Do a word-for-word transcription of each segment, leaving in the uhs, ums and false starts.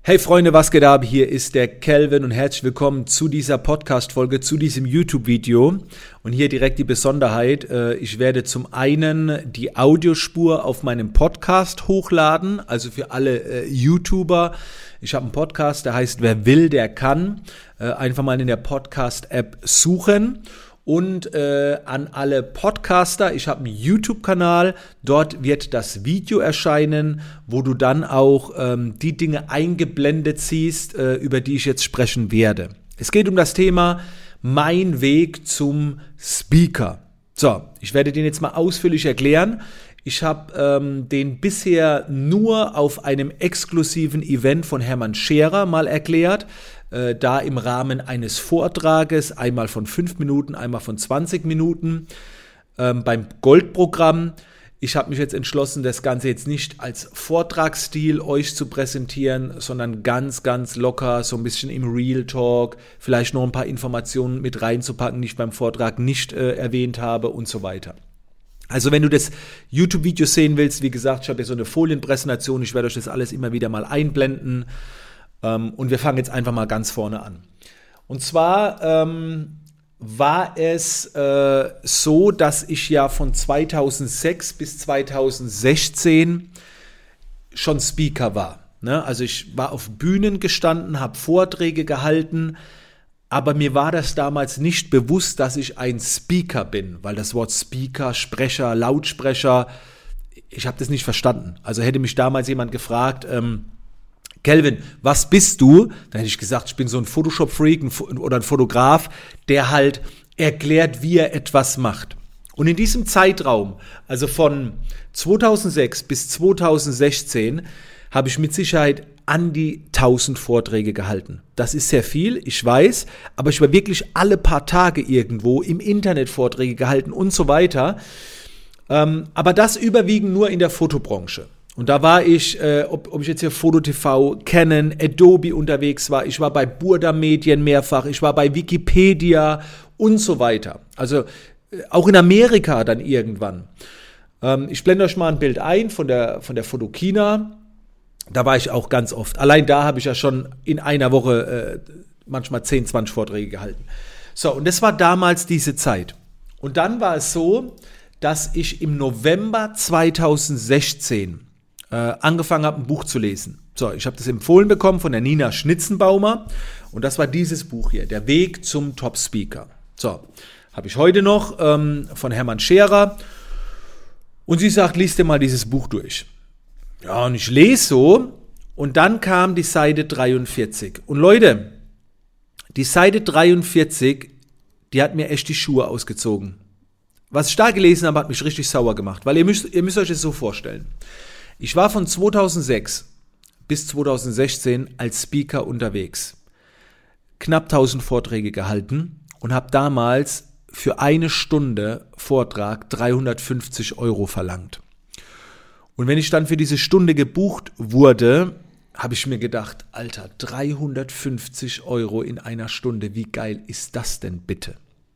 Hey Freunde, was geht ab? Hier ist der Kelvin und herzlich willkommen zu dieser Podcast-Folge, zu diesem YouTube-Video. Und hier direkt die Besonderheit, ich werde zum einen die Audiospur auf meinem Podcast hochladen, also für alle YouTuber. Ich habe einen Podcast, der heißt Wer will, der kann. Einfach mal in der Podcast-App suchen. Und äh, an alle Podcaster, ich habe einen YouTube-Kanal, dort wird das Video erscheinen, wo du dann auch ähm, die Dinge eingeblendet siehst, äh, über die ich jetzt sprechen werde. Es geht um das Thema Mein Weg zum Speaker. So, ich werde den jetzt mal ausführlich erklären. Ich habe ähm, den bisher nur auf einem exklusiven Event von Hermann Scherer mal erklärt. Äh, da im Rahmen eines Vortrages, einmal von fünf Minuten, einmal von zwanzig Minuten ähm, beim Goldprogramm. Ich habe mich jetzt entschlossen, das Ganze jetzt nicht als Vortragsstil euch zu präsentieren, sondern ganz, ganz locker, so ein bisschen im Real Talk, vielleicht noch ein paar Informationen mit reinzupacken, die ich beim Vortrag nicht äh, erwähnt habe und so weiter. Also wenn du das YouTube-Video sehen willst, wie gesagt, ich habe hier so eine Folienpräsentation, ich werde euch das alles immer wieder mal einblenden. Und wir fangen jetzt einfach mal ganz vorne an. Und zwar ähm, war es äh, so, dass ich ja von zweitausendsechs bis zweitausendsechzehn schon Speaker war. Ne? Also ich war auf Bühnen gestanden, habe Vorträge gehalten, aber mir war das damals nicht bewusst, dass ich ein Speaker bin, weil das Wort Speaker, Sprecher, Lautsprecher, ich habe das nicht verstanden. Also hätte mich damals jemand gefragt, ähm, Kelvin, was bist du? Dann hätte ich gesagt, ich bin so ein Photoshop-Freak ein, oder ein Fotograf, der halt erklärt, wie er etwas macht. Und in diesem Zeitraum, also von zweitausendsechs bis zweitausendsechzehn, habe ich mit Sicherheit an die tausend Vorträge gehalten. Das ist sehr viel, ich weiß, aber ich war wirklich alle paar Tage irgendwo im Internet Vorträge gehalten und so weiter. Ähm, aber das überwiegend nur in der Fotobranche. Und da war ich, äh, ob, ob ich jetzt hier FotoTV, Canon, Adobe unterwegs war, ich war bei Burda Medien mehrfach, ich war bei Wikipedia und so weiter. Also äh, auch in Amerika dann irgendwann. Ähm, ich blende euch mal ein Bild ein von der, von der Fotokina. Da war ich auch ganz oft. Allein da habe ich ja schon in einer Woche äh, manchmal zehn, zwanzig Vorträge gehalten. So, und das war damals diese Zeit. Und dann war es so, dass ich im November zweitausendsechzehn Äh, angefangen habe, ein Buch zu lesen. So, ich habe das empfohlen bekommen von der Nina Schnitzenbaumer und das war dieses Buch hier, Der Weg zum Top-Speaker. So, habe ich heute noch ähm, von Hermann Scherer und sie sagt, lies dir mal dieses Buch durch. Ja, und ich lese so und dann kam die Seite dreiundvierzig. Und Leute, die Seite dreiundvierzig, die hat mir echt die Schuhe ausgezogen. Was ich da gelesen habe, hat mich richtig sauer gemacht, weil ihr müsst, ihr müsst euch das so vorstellen. Ich war von zweitausendsechs bis zweitausendsechzehn als Speaker unterwegs, knapp tausend Vorträge gehalten und habe damals für eine Stunde Vortrag dreihundertfünfzig Euro verlangt. Und wenn ich dann für diese Stunde gebucht wurde, habe ich mir gedacht, Alter, dreihundertfünfzig Euro in einer Stunde, wie geil ist das denn bitte?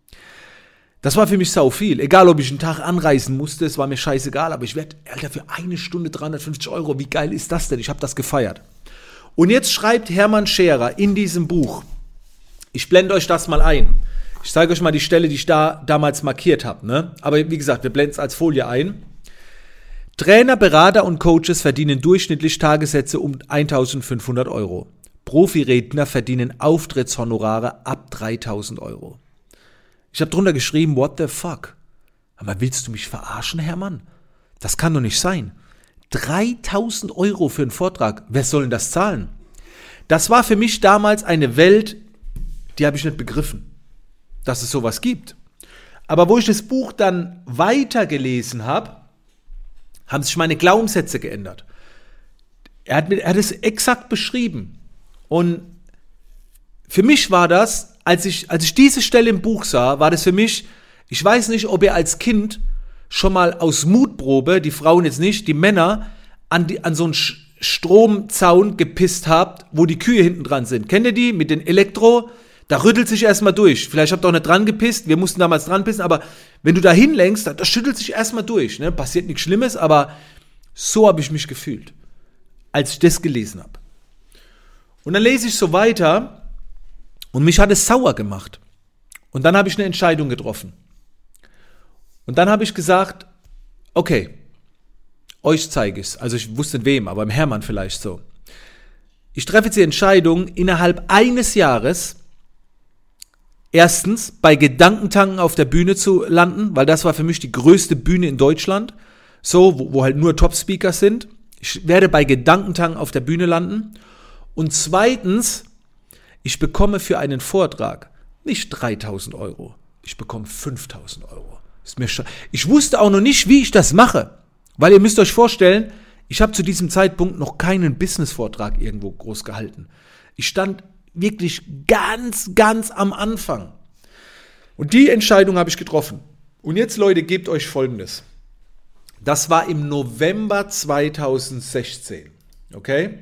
Das war für mich sau viel. Egal, ob ich einen Tag anreisen musste, es war mir scheißegal. Aber ich werde, Alter, für eine Stunde dreihundertfünfzig Euro, wie geil ist das denn? Ich habe das gefeiert. Und jetzt schreibt Hermann Scherer in diesem Buch, ich blende euch das mal ein. Ich zeige euch mal die Stelle, die ich da damals markiert habe. Ne? Aber wie gesagt, wir blenden es als Folie ein. Trainer, Berater und Coaches verdienen durchschnittlich Tagessätze um eintausendfünfhundert Euro. Profiredner verdienen Auftrittshonorare ab dreitausend Euro. Ich habe drunter geschrieben, what the fuck? Aber willst du mich verarschen, Hermann? Das kann doch nicht sein. dreitausend Euro für einen Vortrag, wer soll denn das zahlen? Das war für mich damals eine Welt, die habe ich nicht begriffen, dass es sowas gibt. Aber wo ich das Buch dann weitergelesen habe, haben sich meine Glaubenssätze geändert. Er hat, er hat es exakt beschrieben. Und für mich war das, Als ich, als ich diese Stelle im Buch sah, war das für mich, ich weiß nicht, ob ihr als Kind schon mal aus Mutprobe, die Frauen jetzt nicht, die Männer, an, die, an so einen Stromzaun gepisst habt, wo die Kühe hinten dran sind. Kennt ihr die mit den Elektro? Da rüttelt sich erstmal durch. Vielleicht habt ihr auch nicht dran gepisst, wir mussten damals dran pissen, aber wenn du da hinlenkst, da, da schüttelt sich erstmal durch. Ne? Passiert nichts Schlimmes, aber so habe ich mich gefühlt, als ich das gelesen habe. Und dann lese ich so weiter und mich hat es sauer gemacht. Und dann habe ich eine Entscheidung getroffen. Und dann habe ich gesagt, okay, euch zeige ich es. Also ich wusste nicht wem, aber im Hermann vielleicht so. Ich treffe jetzt die Entscheidung, innerhalb eines Jahres erstens bei Gedankentanken auf der Bühne zu landen, weil das war für mich die größte Bühne in Deutschland, so, wo, wo halt nur Top-Speaker sind. Ich werde bei Gedankentanken auf der Bühne landen. Und zweitens, ich bekomme für einen Vortrag nicht dreitausend Euro, ich bekomme fünftausend Euro. Ist mir sch- ich wusste auch noch nicht, wie ich das mache, weil ihr müsst euch vorstellen, ich habe zu diesem Zeitpunkt noch keinen Business-Vortrag irgendwo groß gehalten. Ich stand wirklich ganz, ganz am Anfang. Und die Entscheidung habe ich getroffen. Und jetzt, Leute, gebt euch Folgendes. Das war im November zweitausendsechzehn. Okay?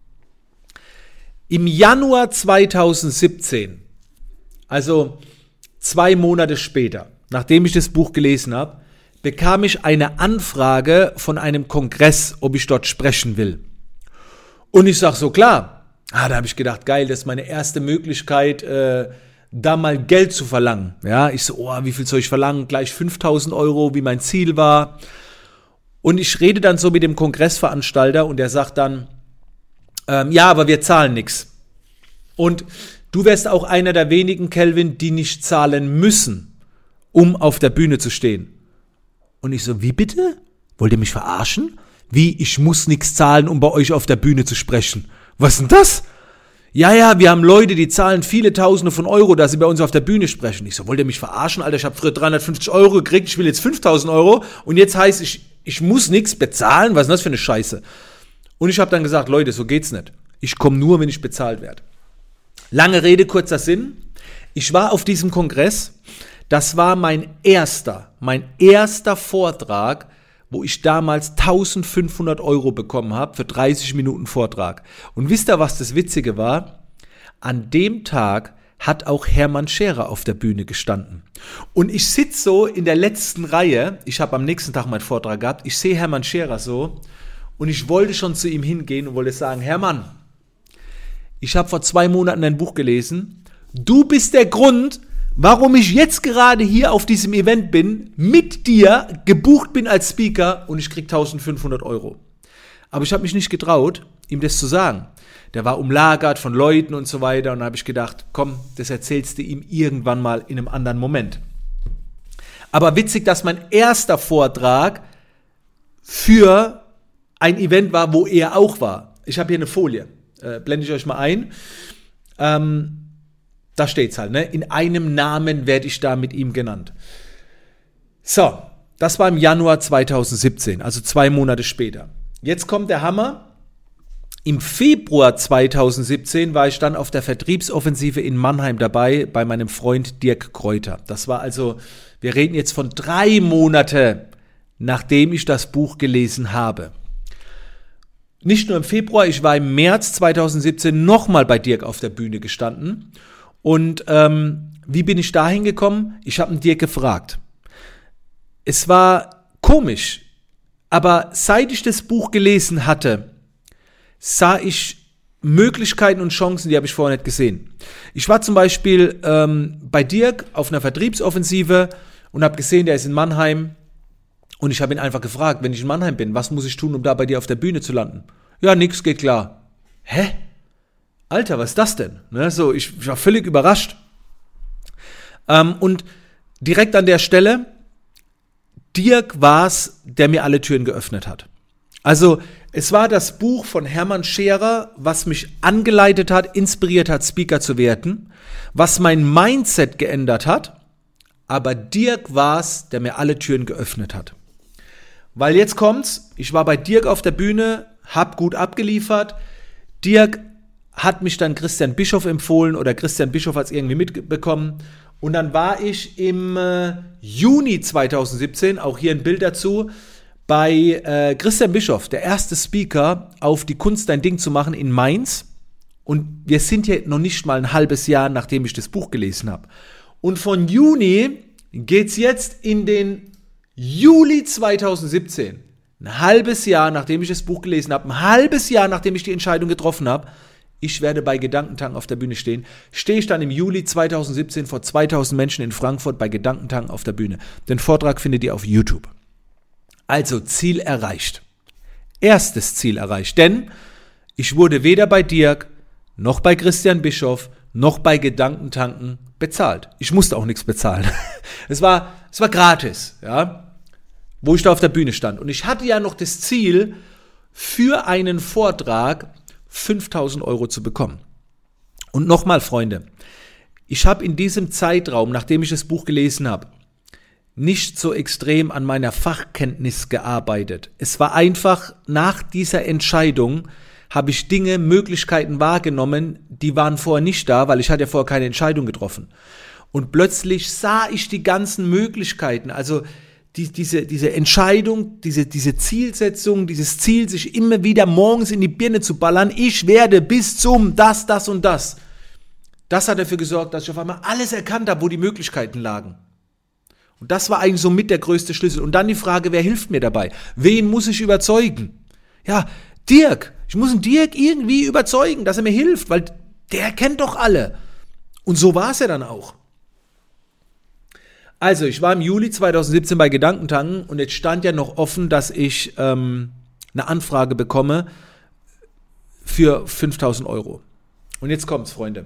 Im Januar zweitausendsiebzehn, also zwei Monate später, nachdem ich das Buch gelesen habe, bekam ich eine Anfrage von einem Kongress, ob ich dort sprechen will. Und ich sage so, klar. Ah, da habe ich gedacht, geil, das ist meine erste Möglichkeit, äh, da mal Geld zu verlangen. Ja, ich so, oh, wie viel soll ich verlangen? Gleich fünftausend Euro, wie mein Ziel war. Und ich rede dann so mit dem Kongressveranstalter und der sagt dann, ähm, ja, aber wir zahlen nichts. Und du wärst auch einer der wenigen, Kelvin, die nicht zahlen müssen, um auf der Bühne zu stehen. Und ich so, wie bitte? Wollt ihr mich verarschen? Wie, ich muss nichts zahlen, um bei euch auf der Bühne zu sprechen? Was ist denn das? Ja, ja, wir haben Leute, die zahlen viele Tausende von Euro, dass sie bei uns auf der Bühne sprechen. Ich so, wollt ihr mich verarschen, Alter? Ich habe früher dreihundertfünfzig Euro gekriegt, ich will jetzt fünftausend Euro und jetzt heißt ich, ich muss nichts bezahlen? Was ist denn das für eine Scheiße? Und ich habe dann gesagt, Leute, so geht's nicht. Ich komme nur, wenn ich bezahlt werde. Lange Rede, kurzer Sinn. Ich war auf diesem Kongress. Das war mein erster, mein erster Vortrag, wo ich damals eintausendfünfhundert Euro bekommen habe für dreißig Minuten Vortrag. Und wisst ihr, was das Witzige war? An dem Tag hat auch Hermann Scherer auf der Bühne gestanden. Und ich sitze so in der letzten Reihe, ich habe am nächsten Tag meinen Vortrag gehabt, ich sehe Hermann Scherer so und ich wollte schon zu ihm hingehen und wollte sagen, Hermann, ich habe vor zwei Monaten dein Buch gelesen, du bist der Grund, warum ich jetzt gerade hier auf diesem Event bin, mit dir gebucht bin als Speaker und ich kriege eintausendfünfhundert Euro. Aber ich habe mich nicht getraut, ihm das zu sagen. Der war umlagert von Leuten und so weiter und da habe ich gedacht, komm, das erzählst du ihm irgendwann mal in einem anderen Moment. Aber witzig, dass mein erster Vortrag für ein Event war, wo er auch war. Ich habe hier eine Folie, äh, blende ich euch mal ein. Ähm, Da steht's halt, ne? In einem Namen werde ich da mit ihm genannt. So, das war im Januar zweitausendsiebzehn, also zwei Monate später. Jetzt kommt der Hammer. Im Februar zweitausendsiebzehn war ich dann auf der Vertriebsoffensive in Mannheim dabei bei meinem Freund Dirk Kräuter. Das war also, wir reden jetzt von drei Monate, nachdem ich das Buch gelesen habe. Nicht nur im Februar, ich war im März zweitausendsiebzehn nochmal bei Dirk auf der Bühne gestanden. Und ähm, wie bin ich da hingekommen? Ich habe ihn Dirk gefragt. Es war komisch, aber seit ich das Buch gelesen hatte, sah ich Möglichkeiten und Chancen, die habe ich vorher nicht gesehen. Ich war zum Beispiel ähm, bei Dirk auf einer Vertriebsoffensive und habe gesehen, der ist in Mannheim und ich habe ihn einfach gefragt, wenn ich in Mannheim bin, was muss ich tun, um da bei dir auf der Bühne zu landen? Ja, nix, geht klar. Hä? Alter, was ist das denn? Ne, so, ich, ich war völlig überrascht. Ähm, und direkt an der Stelle, Dirk war es, der mir alle Türen geöffnet hat. Also, es war das Buch von Hermann Scherer, was mich angeleitet hat, inspiriert hat, Speaker zu werden, was mein Mindset geändert hat, aber Dirk war es, der mir alle Türen geöffnet hat. Weil jetzt kommt's, ich war bei Dirk auf der Bühne, hab gut abgeliefert, Dirk hat mich dann Christian Bischoff empfohlen oder Christian Bischoff hat es irgendwie mitbekommen. Und dann war ich im äh, Juni zweitausendsiebzehn, auch hier ein Bild dazu, bei äh, Christian Bischoff, der erste Speaker auf die Kunst, dein Ding zu machen in Mainz. Und wir sind hier noch nicht mal ein halbes Jahr, nachdem ich das Buch gelesen habe. Und von Juni geht's jetzt in den Juli zweitausendsiebzehn. Ein halbes Jahr, nachdem ich das Buch gelesen habe, ein halbes Jahr, nachdem ich die Entscheidung getroffen habe, ich werde bei Gedankentanken auf der Bühne stehen. Stehe ich dann im Juli zweitausendsiebzehn vor zweitausend Menschen in Frankfurt bei Gedankentanken auf der Bühne. Den Vortrag findet ihr auf YouTube. Also Ziel erreicht. Erstes Ziel erreicht, denn ich wurde weder bei Dirk, noch bei Christian Bischoff, noch bei Gedankentanken bezahlt. Ich musste auch nichts bezahlen. Es war, es war gratis, ja, wo ich da auf der Bühne stand. Und ich hatte ja noch das Ziel, für einen Vortrag fünftausend Euro zu bekommen. Und nochmal, Freunde, ich habe in diesem Zeitraum, nachdem ich das Buch gelesen habe, nicht so extrem an meiner Fachkenntnis gearbeitet. Es war einfach, nach dieser Entscheidung habe ich Dinge, Möglichkeiten wahrgenommen, die waren vorher nicht da, weil ich hatte ja vorher keine Entscheidung getroffen. Und plötzlich sah ich die ganzen Möglichkeiten, also die, diese, diese Entscheidung, diese, diese Zielsetzung, dieses Ziel, sich immer wieder morgens in die Birne zu ballern, ich werde bis zum das, das und das. Das hat dafür gesorgt, dass ich auf einmal alles erkannt habe, wo die Möglichkeiten lagen. Und das war eigentlich so mit der größte Schlüssel. Und dann die Frage, wer hilft mir dabei? Wen muss ich überzeugen? Ja, Dirk. Ich muss den Dirk irgendwie überzeugen, dass er mir hilft, weil der kennt doch alle. Und so war es ja dann auch. Also, ich war im Juli zweitausendsiebzehn bei Gedankentanken und jetzt stand ja noch offen, dass ich ähm, eine Anfrage bekomme für fünftausend Euro. Und jetzt kommt's, Freunde.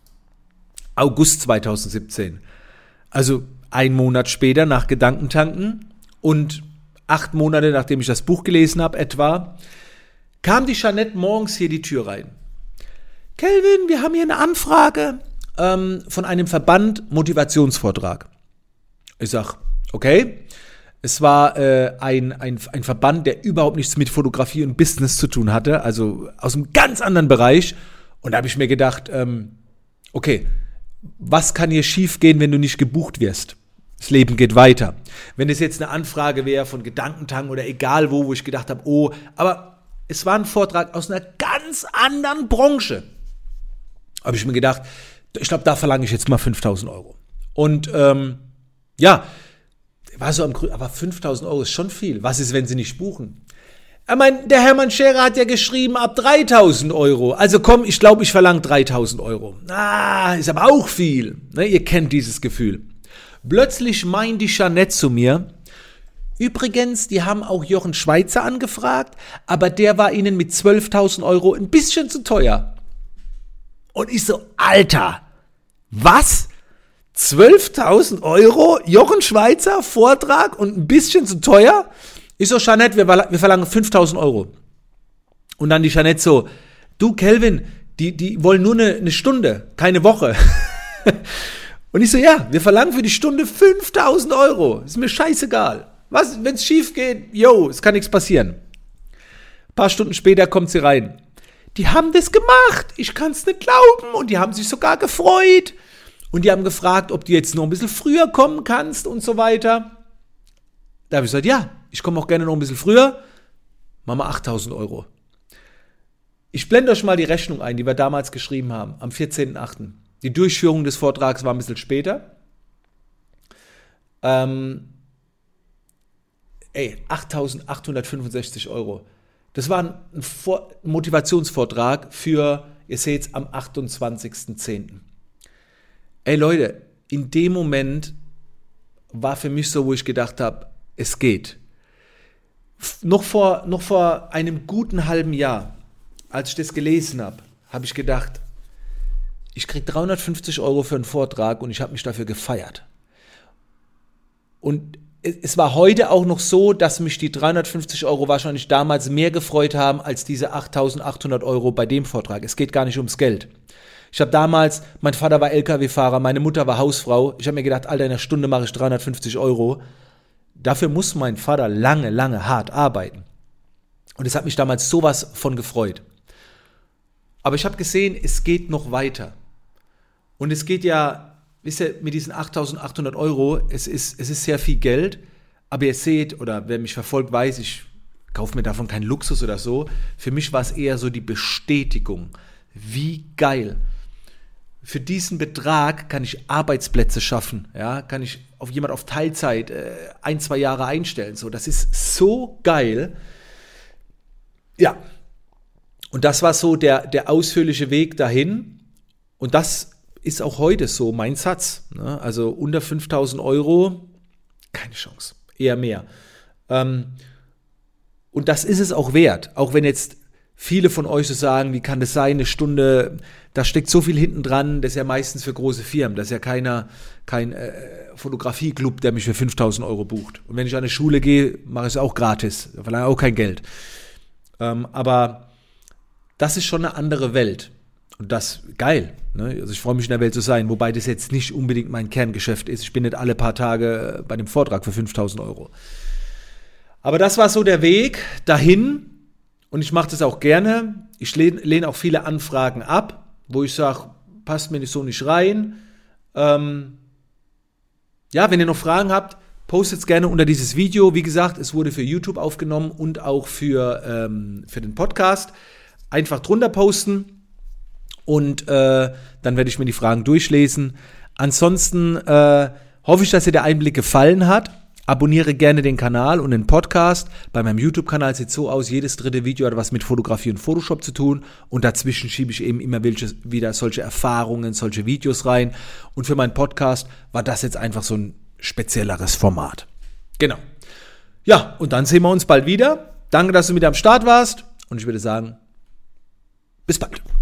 August zweitausendsiebzehn. Also ein Monat später nach Gedankentanken und acht Monate, nachdem ich das Buch gelesen habe, etwa, kam die Jeanette morgens hier die Tür rein. Kelvin, wir haben hier eine Anfrage ähm, von einem Verband Motivationsvortrag. Ich sag, okay. Es war äh, ein, ein, ein Verband, der überhaupt nichts mit Fotografie und Business zu tun hatte, also aus einem ganz anderen Bereich. Und da habe ich mir gedacht, ähm, okay, was kann hier schief gehen, wenn du nicht gebucht wirst? Das Leben geht weiter. Wenn es jetzt eine Anfrage wäre von Gedankentanken oder egal wo, wo ich gedacht habe, oh, aber es war ein Vortrag aus einer ganz anderen Branche. Habe ich mir gedacht, ich glaube, da verlange ich jetzt mal fünftausend Euro. Und ähm, ja, war so am Grün, aber fünftausend Euro ist schon viel. Was ist, wenn sie nicht buchen? Ich meine, der Hermann Scherer hat ja geschrieben, ab dreitausend Euro. Also komm, ich glaube, ich verlange dreitausend Euro. Ah, ist aber auch viel. Ne, ihr kennt dieses Gefühl. Plötzlich meint die Jeanette zu mir, übrigens, die haben auch Jochen Schweizer angefragt, aber der war ihnen mit zwölftausend Euro ein bisschen zu teuer. Und ich so, Alter, was? zwölftausend Euro? Jochen Schweizer, Vortrag und ein bisschen zu teuer? Ich so, Jeanette, wir, wir verlangen fünftausend Euro. Und dann die Jeanette so, du Kelvin, die, die wollen nur eine, eine Stunde, keine Woche. Und ich so, ja, wir verlangen für die Stunde fünftausend Euro. Ist mir scheißegal. Was, wenn es schief geht, yo, es kann nichts passieren. Ein paar Stunden später kommt sie rein. Die haben das gemacht, ich kann es nicht glauben. Und die haben sich sogar gefreut. Und die haben gefragt, ob du jetzt noch ein bisschen früher kommen kannst und so weiter. Da habe ich gesagt, ja, ich komme auch gerne noch ein bisschen früher. Machen wir achttausend Euro. Ich blende euch mal die Rechnung ein, die wir damals geschrieben haben, am vierzehnten achten Die Durchführung des Vortrags war ein bisschen später. Ähm, ey, achttausendachthundertfünfundsechzig Euro. Das war ein Vor- Motivationsvortrag für, ihr seht es, am achtundzwanzigsten zehnten Ey Leute, in dem Moment war für mich so, wo ich gedacht habe, es geht. Noch vor, noch vor einem guten halben Jahr, als ich das gelesen habe, habe ich gedacht, ich kriege dreihundertfünfzig Euro für einen Vortrag und ich habe mich dafür gefeiert. Und es war heute auch noch so, dass mich die dreihundertfünfzig Euro wahrscheinlich damals mehr gefreut haben als diese achttausendachthundert Euro bei dem Vortrag. Es geht gar nicht ums Geld. Ich habe damals, mein Vater war L K W-Fahrer, meine Mutter war Hausfrau. Ich habe mir gedacht, Alter, in einer Stunde mache ich dreihundertfünfzig Euro. Dafür muss mein Vater lange, lange hart arbeiten. Und es hat mich damals sowas von gefreut. Aber ich habe gesehen, es geht noch weiter. Und es geht ja, wisst ihr, mit diesen achttausendachthundert Euro, es ist, es ist sehr viel Geld, aber ihr seht, oder wer mich verfolgt, weiß, ich kaufe mir davon keinen Luxus oder so. Für mich war es eher so die Bestätigung. Wie geil. Für diesen Betrag kann ich Arbeitsplätze schaffen, ja, kann ich auf jemand auf Teilzeit äh, ein, zwei Jahre einstellen. So, das ist so geil. Ja. Und das war so der, der ausführliche Weg dahin. Und das ist auch heute so mein Satz. Ne? Also unter fünftausend Euro, keine Chance, eher mehr. Ähm, und das ist es auch wert, auch wenn jetzt viele von euch so sagen, wie kann das sein, eine Stunde, da steckt so viel hinten dran, das ist ja meistens für große Firmen, das ist ja keiner, kein äh, Fotografie-Club, der mich für fünftausend Euro bucht. Und wenn ich an eine Schule gehe, mache ich es auch gratis, da verlange auch kein Geld. Ähm, aber das ist schon eine andere Welt. Und das geil. Ne? Also ich freue mich in der Welt zu sein, wobei das jetzt nicht unbedingt mein Kerngeschäft ist. Ich bin nicht alle paar Tage bei einem Vortrag für fünftausend Euro. Aber das war so der Weg dahin und ich mache das auch gerne. Ich lehne, lehne auch viele Anfragen ab, wo ich sage, passt mir nicht so nicht rein. Ähm ja, wenn ihr noch Fragen habt, postet es gerne unter dieses Video. Wie gesagt, es wurde für YouTube aufgenommen und auch für, ähm, für den Podcast. Einfach drunter posten. Und äh, dann werde ich mir die Fragen durchlesen. Ansonsten äh, hoffe ich, dass dir der Einblick gefallen hat. Abonniere gerne den Kanal und den Podcast. Bei meinem YouTube-Kanal sieht es so aus, jedes dritte Video hat was mit Fotografie und Photoshop zu tun. Und dazwischen schiebe ich eben immer welche, wieder solche Erfahrungen, solche Videos rein. Und für meinen Podcast war das jetzt einfach so ein spezielleres Format. Genau. Ja, und dann sehen wir uns bald wieder. Danke, dass du mit am Start warst. Und ich würde sagen, bis bald.